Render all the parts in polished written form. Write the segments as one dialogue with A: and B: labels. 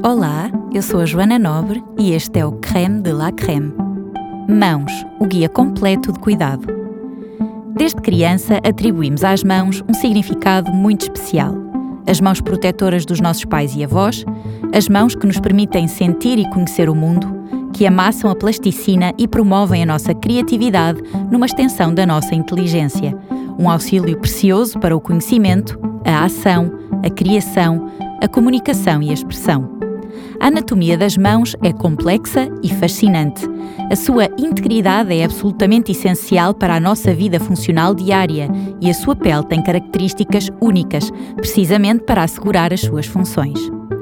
A: Olá, eu sou a Joana Nobre e este é o Crème de la Crème. Mãos, o guia completo de cuidado. Desde criança atribuímos às mãos um significado muito especial. As mãos protetoras dos nossos pais e avós, as mãos que nos permitem sentir e conhecer o mundo, que amassam a plasticina e promovem a nossa criatividade numa extensão da nossa inteligência. Um auxílio precioso para o conhecimento, a ação, a criação, a comunicação e a expressão. A anatomia das mãos é complexa e fascinante. A sua integridade é absolutamente essencial para a nossa vida funcional diária e a sua pele tem características únicas, precisamente para assegurar as suas funções.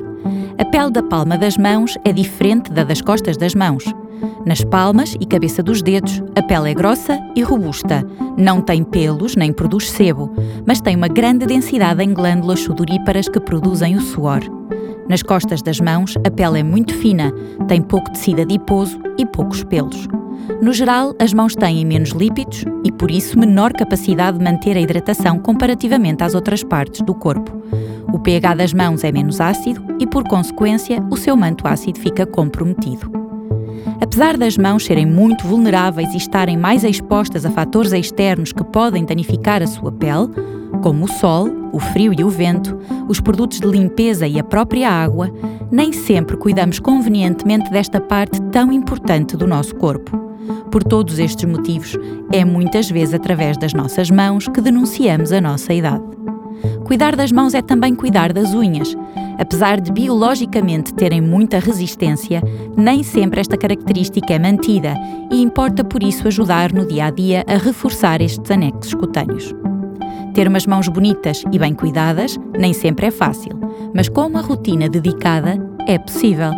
A: A pele da palma das mãos é diferente da das costas das mãos. Nas palmas e cabeça dos dedos, a pele é grossa e robusta. Não tem pelos nem produz sebo, mas tem uma grande densidade em glândulas sudoríparas que produzem o suor. Nas costas das mãos, a pele é muito fina, tem pouco tecido adiposo e poucos pelos. No geral, as mãos têm menos lípidos e, por isso, menor capacidade de manter a hidratação comparativamente às outras partes do corpo. O pH das mãos é menos ácido e, por consequência, o seu manto ácido fica comprometido. Apesar das mãos serem muito vulneráveis e estarem mais expostas a fatores externos que podem danificar a sua pele, como o sol, o frio e o vento, os produtos de limpeza e a própria água, nem sempre cuidamos convenientemente desta parte tão importante do nosso corpo. Por todos estes motivos, é muitas vezes através das nossas mãos que denunciamos a nossa idade. Cuidar das mãos é também cuidar das unhas. Apesar de biologicamente terem muita resistência, nem sempre esta característica é mantida e importa por isso ajudar no dia-a-dia a reforçar estes anexos cutâneos. Ter umas mãos bonitas e bem cuidadas nem sempre é fácil, mas com uma rotina dedicada é possível.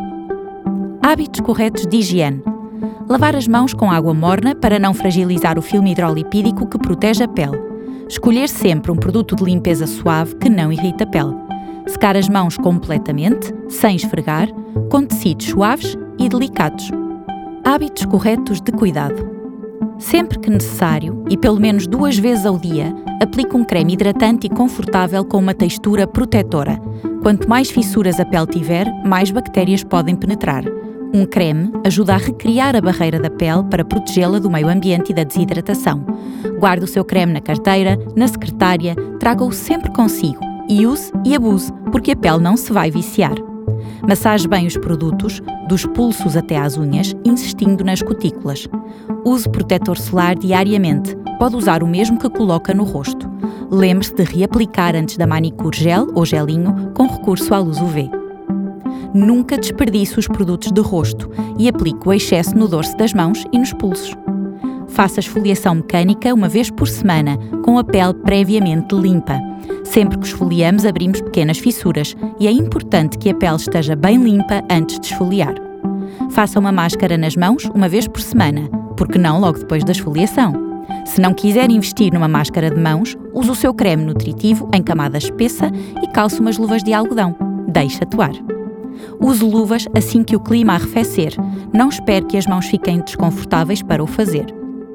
A: Hábitos corretos de higiene. Lavar as mãos com água morna para não fragilizar o filme hidrolipídico que protege a pele. Escolher sempre um produto de limpeza suave que não irrita a pele. Secar as mãos completamente, sem esfregar, com tecidos suaves e delicados. Hábitos corretos de cuidado. Sempre que necessário, e pelo menos 2 vezes ao dia, aplique um creme hidratante e confortável com uma textura protetora. Quanto mais fissuras a pele tiver, mais bactérias podem penetrar. Um creme ajuda a recriar a barreira da pele para protegê-la do meio ambiente e da desidratação. Guarde o seu creme na carteira, na secretária, traga-o sempre consigo e use e abuse, porque a pele não se vai viciar. Massage bem os produtos, dos pulsos até às unhas, insistindo nas cutículas. Use protetor solar diariamente. Pode usar o mesmo que coloca no rosto. Lembre-se de reaplicar antes da manicure gel ou gelinho com recurso à luz UV. Nunca desperdice os produtos de rosto e aplique o excesso no dorso das mãos e nos pulsos. Faça esfoliação mecânica 1 vez por semana, com a pele previamente limpa. Sempre que esfoliamos, abrimos pequenas fissuras e é importante que a pele esteja bem limpa antes de esfoliar. Faça uma máscara nas mãos 1 vez por semana, porque não logo depois da esfoliação. Se não quiser investir numa máscara de mãos, use o seu creme nutritivo em camada espessa e calce umas luvas de algodão. Deixe atuar. Use luvas assim que o clima arrefecer. Não espere que as mãos fiquem desconfortáveis para o fazer.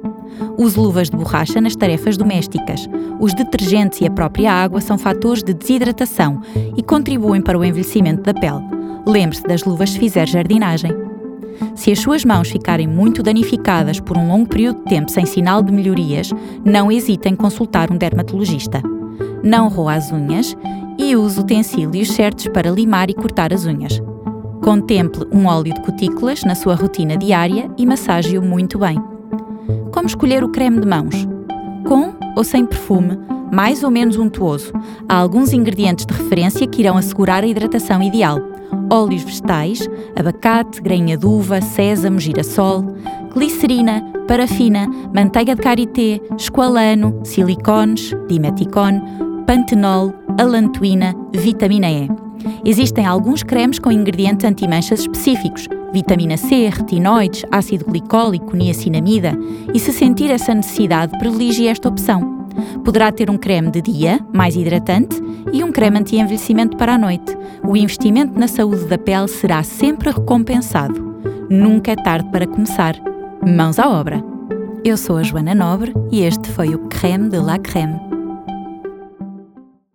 A: Use luvas de borracha nas tarefas domésticas. Os detergentes e a própria água são fatores de desidratação e contribuem para o envelhecimento da pele. Lembre-se das luvas se fizer jardinagem. Se as suas mãos ficarem muito danificadas por um longo período de tempo sem sinal de melhorias, não hesite em consultar um dermatologista. Não roa as unhas e use utensílios certos para limar e cortar as unhas. Contemple um óleo de cutículas na sua rotina diária e massagie-o muito bem. Como escolher o creme de mãos? Com ou sem perfume, mais ou menos untuoso. Há alguns ingredientes de referência que irão assegurar a hidratação ideal. Óleos vegetais, abacate, grainha de uva, sésamo, girassol, glicerina, parafina, manteiga de karité, esqualano, silicones, dimeticone, pantenol, alantoína, vitamina E. Existem alguns cremes com ingredientes antimanchas específicos, vitamina C, retinoides, ácido glicólico, niacinamida, e se sentir essa necessidade, privilegie esta opção. Poderá ter um creme de dia, mais hidratante, e um creme anti-envelhecimento para a noite. O investimento na saúde da pele será sempre recompensado. Nunca é tarde para começar. Mãos à obra! Eu sou a Joana Nobre e este foi o Crème de la Crème.